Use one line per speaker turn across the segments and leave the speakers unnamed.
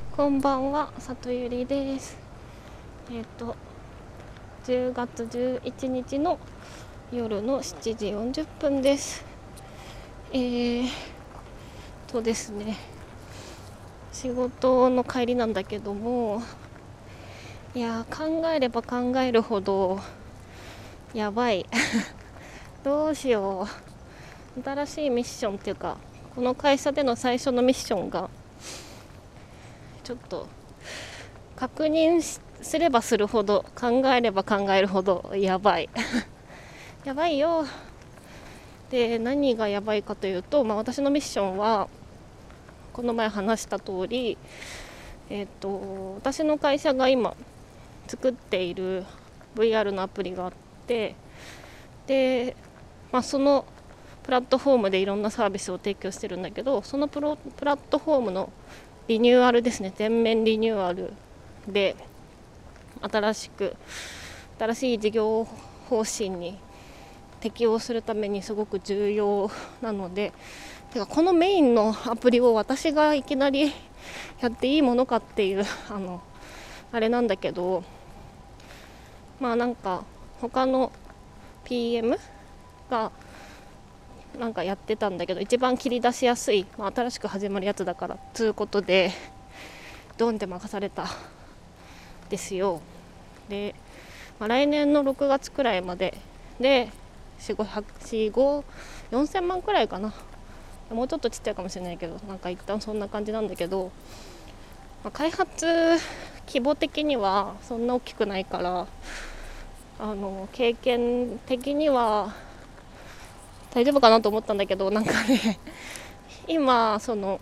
こんばんは、里ゆりです。10月11日の夜の7時40分です。ですね、仕事の帰りなんだけども、いや考えれば考えるほどやばいどうしよう。新しいミッションっていうか、この会社での最初のミッションがちょっと確認すればするほど、考えれば考えるほどやばいやばいよ。で、何がやばいかというと、私のミッションはこの前話した通り、私の会社が今作っている VR のアプリがあって、で、そのプラットフォームでいろんなサービスを提供してるんだけど、そのプラットフォームのリニューアルですね、全面リニューアルで新しい事業方針に適応するためにすごく重要なので、このメインのアプリを私がいきなりやっていいものかっていうあれなんだけど、なんか他の PM がなんかやってたんだけど、一番切り出しやすい、新しく始まるやつだからということでドンって任されたですよ。で、来年の6月くらいまでで4000万くらいかな、もうちょっとちっちゃいかもしれないけど、一旦そんな感じなんだけど、開発規模的にはそんな大きくないから、経験的には大丈夫かなと思ったんだけど、今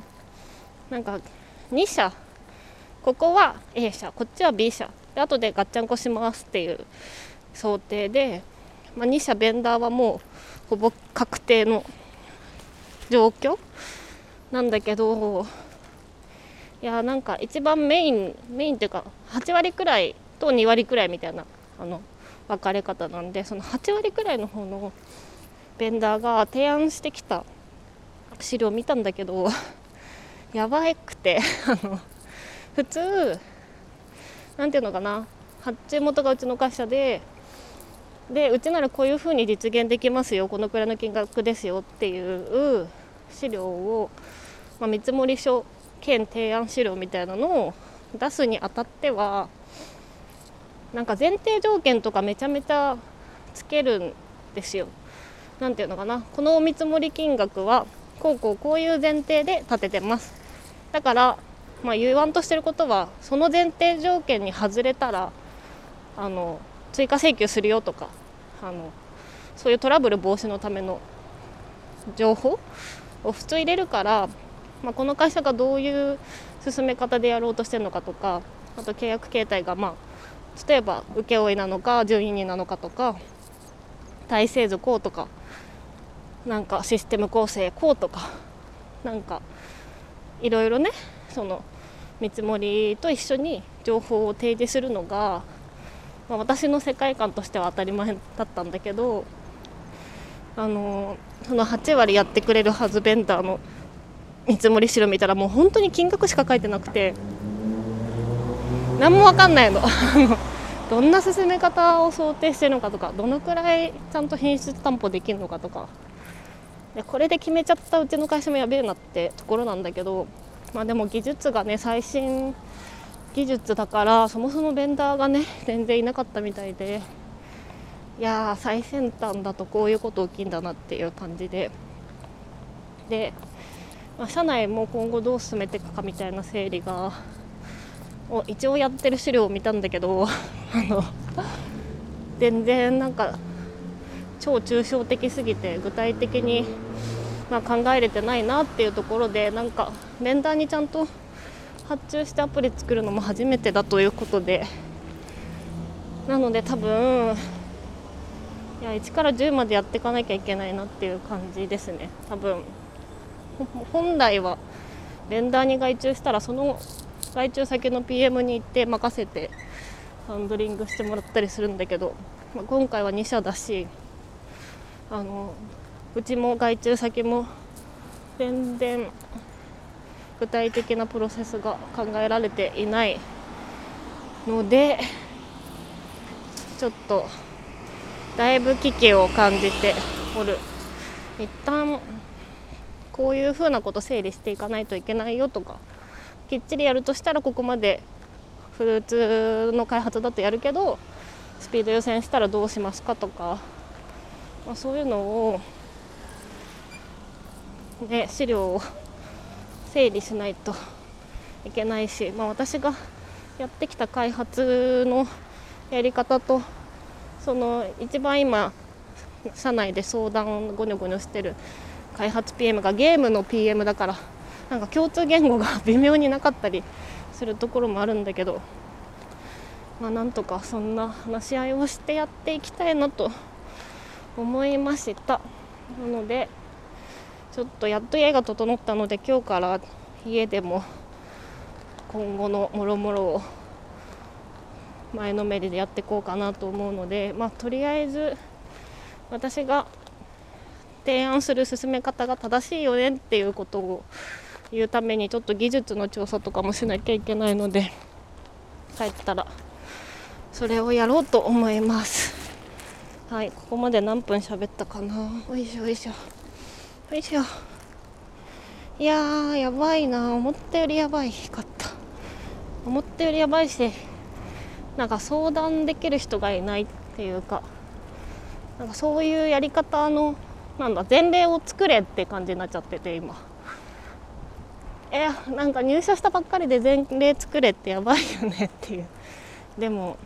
2社、ここは A 社、こっちは B 社で、後でガッチャンコしますっていう想定で、2社ベンダーはもうほぼ確定の状況なんだけど、いや一番メインっていうか8割くらいと2割くらいみたいな分かれ方なんで、その8割くらいの方のベンダーが提案してきた資料を見たんだけどやばくて普通なんていうのかな、発注元がうちの会社でうちならこういう風に実現できますよ、このくらいの金額ですよっていう資料を、見積書兼提案資料みたいなのを出すにあたっては、前提条件とかめちゃめちゃつけるんですよ。なんていうのかな、このお見積もり金額はこういう前提で立ててます。だから言わんとしてることは、その前提条件に外れたら追加請求するよとか、そういうトラブル防止のための情報を普通入れるから、この会社がどういう進め方でやろうとしてるのかとか、あと契約形態が例えば請負なのか準委任なのかとか、体制図こうとか、システム構成こうとか、いろいろね、その見積もりと一緒に情報を提示するのが、私の世界観としては当たり前だったんだけど、その8割やってくれるはずベンダーの見積もり資料見たら、もう本当に金額しか書いてなくて何も分かんないのどんな進め方を想定してるのかとか、どのくらいちゃんと品質担保できるのかとかで、これで決めちゃったうちの会社もやべえなってところなんだけど、でも技術がね、最新技術だから、そもそもベンダーがね全然いなかったみたいで、いやー、最先端だとこういうこと起きんだなっていう感じで、社内も今後どう進めていくかみたいな整理が一応やってる資料を見たんだけど全然超抽象的すぎて具体的に考えれてないなっていうところで、ベンダーにちゃんと発注してアプリ作るのも初めてだということで、なので多分1から10までやっていかなきゃいけないなっていう感じですね。多分本来はベンダーに外注したら、その外注先の PM に行って任せてハンドリングしてもらったりするんだけど、今回は2社だし、うちも外注先も全然具体的なプロセスが考えられていないので、ちょっとだいぶ危機を感じておる。一旦こういうふうなこと整理していかないといけないよとか、きっちりやるとしたらここまでフルーツの開発だとやるけどスピード優先したらどうしますかとか、そういうのを、資料を整理しないといけないし、私がやってきた開発のやり方と、その一番今社内で相談ゴニョゴニョしてる開発 PM がゲームの PM だから、なんか共通言語が微妙になかったりするところもあるんだけど、なんとかそんな話し合いをしてやっていきたいなと思いました。なのでちょっとやっと家が整ったので、今日から家でも今後のもろもろを前のめりでやっていこうかなと思うので、とりあえず私が提案する進め方が正しいよねっていうことを言うために、ちょっと技術の調査とかもしなきゃいけないので、帰ったらそれをやろうと思います。はい、ここまで何分喋ったかな。おいしょおいしょおいしょ。いやー、やばいな。思ったよりやばいかった。思ったよりやばいし、なんか相談できる人がいないっていうか、なんかそういうやり方の前例を作れって感じになっちゃってて、今なんか入社したばっかりで前例作れってやばいよねっていう。でも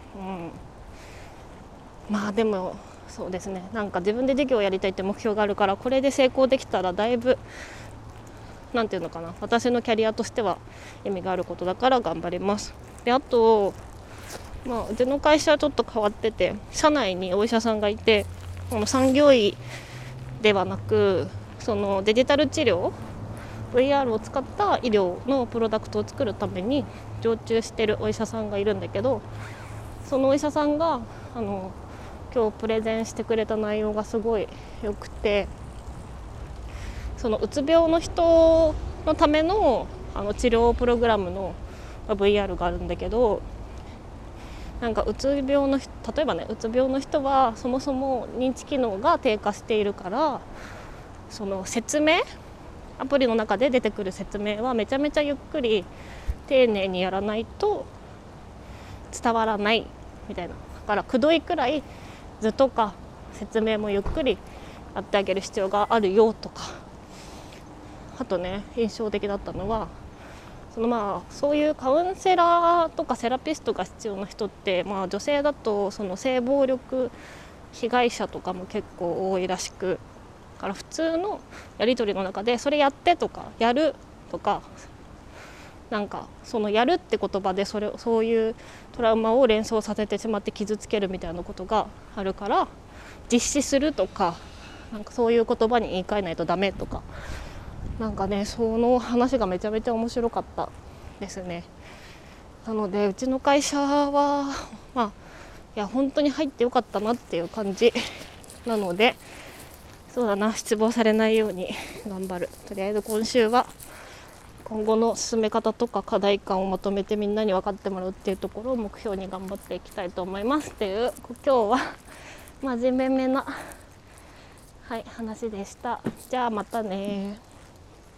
でもそうですね、なんか自分で授業をやりたいって目標があるから、これで成功できたらだいぶなんていうのかな、私のキャリアとしては意味があることだから頑張ります。で、あとうちの会社はちょっと変わってて、社内にお医者さんがいて、産業医ではなく、そのデジタル治療 VR を使った医療のプロダクトを作るために常駐してるお医者さんがいるんだけど、そのお医者さんが今日プレゼンしてくれた内容がすごい良くて、そのうつ病の人のための治療プログラムの VR があるんだけど、なんかうつ病の人、例えばね、うつ病の人はそもそも認知機能が低下しているから、その説明、アプリの中で出てくる説明はめちゃめちゃゆっくり丁寧にやらないと伝わらないみたいな。だからくどいくらい図とか説明もゆっくりやってあげる必要があるよとか。あとね、印象的だったのは、そういうカウンセラーとかセラピストが必要な人って、女性だとその性暴力被害者とかも結構多いらしく、だから普通のやり取りの中でそれやってとかやるとか、なんかそのやるって言葉でそういうトラウマを連想させてしまって傷つけるみたいなことがあるから、実施するとか、なんかそういう言葉に言い換えないとダメとか、なんかね、その話がめちゃめちゃ面白かったですね。なのでうちの会社はいや本当に入ってよかったなっていう感じなので、そうだな、失望されないように頑張る。とりあえず今週は今後の進め方とか課題感をまとめてみんなに分かってもらうっていうところを目標に頑張っていきたいと思いますっていう、今日は真面目めな話でした。じゃあまたね。